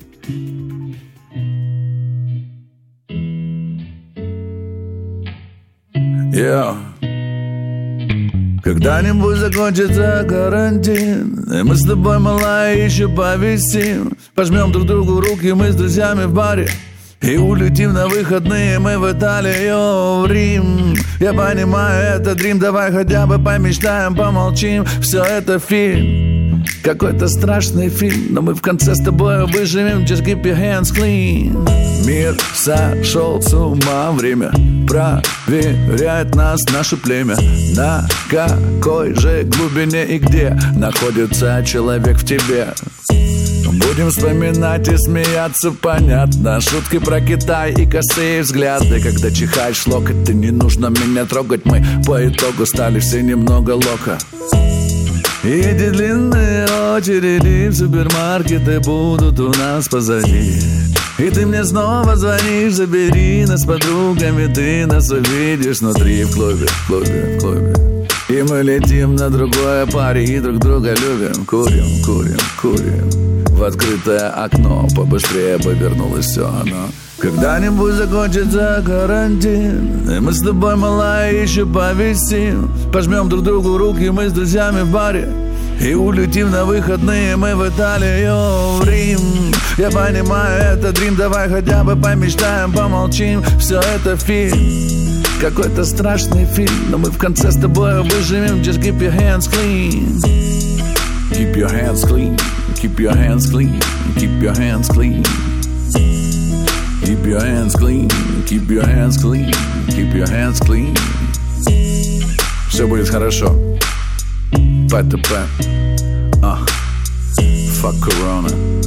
Когда-нибудь закончится карантин, и мы с тобой, малая, еще повисим. Пожмем друг другу руки, мы с друзьями в баре, и улетим на выходные мы в Италию, в Рим. Я понимаю, это дрим, давай хотя бы помечтаем, помолчим. Все это фильм, какой-то страшный фильм, но мы в конце с тобой выживем. Just keep your hands clean. Мир сошел с ума, время проверяет нас, наше племя. На какой же глубине и где находится человек в тебе? Будем вспоминать и смеяться, понятно. Шутки про Китай и косые взгляды. Когда чихаешь в локоть, ты не нужно меня трогать. Мы по итогу стали все немного лоха. И эти длинные очереди в супермаркеты будут у нас позади. И ты мне снова звонишь, забери нас с подругами. Ты нас увидишь внутри в клубе, в клубе, в клубе. И мы летим на другое паре и друг друга любим. Курим, курим, курим. В открытое окно побыстрее бы вернулось все оно. Когда-нибудь закончится карантин, и мы с тобой, малая, еще повисим. Пожмем друг другу руки, мы с друзьями в баре, и улетим на выходные мы в Италию, в Рим. Я понимаю, это дрим, давай хотя бы помечтаем, помолчим. Все это фильм, какой-то страшный фильм, но мы в конце с тобой выживем. Just keep your hands clean. Keep your hands clean. Keep your hands clean. Keep your hands clean. Keep your hands clean. Keep your hands clean. Keep your hands clean. Все будет хорошо. ПТП. Fuck Corona.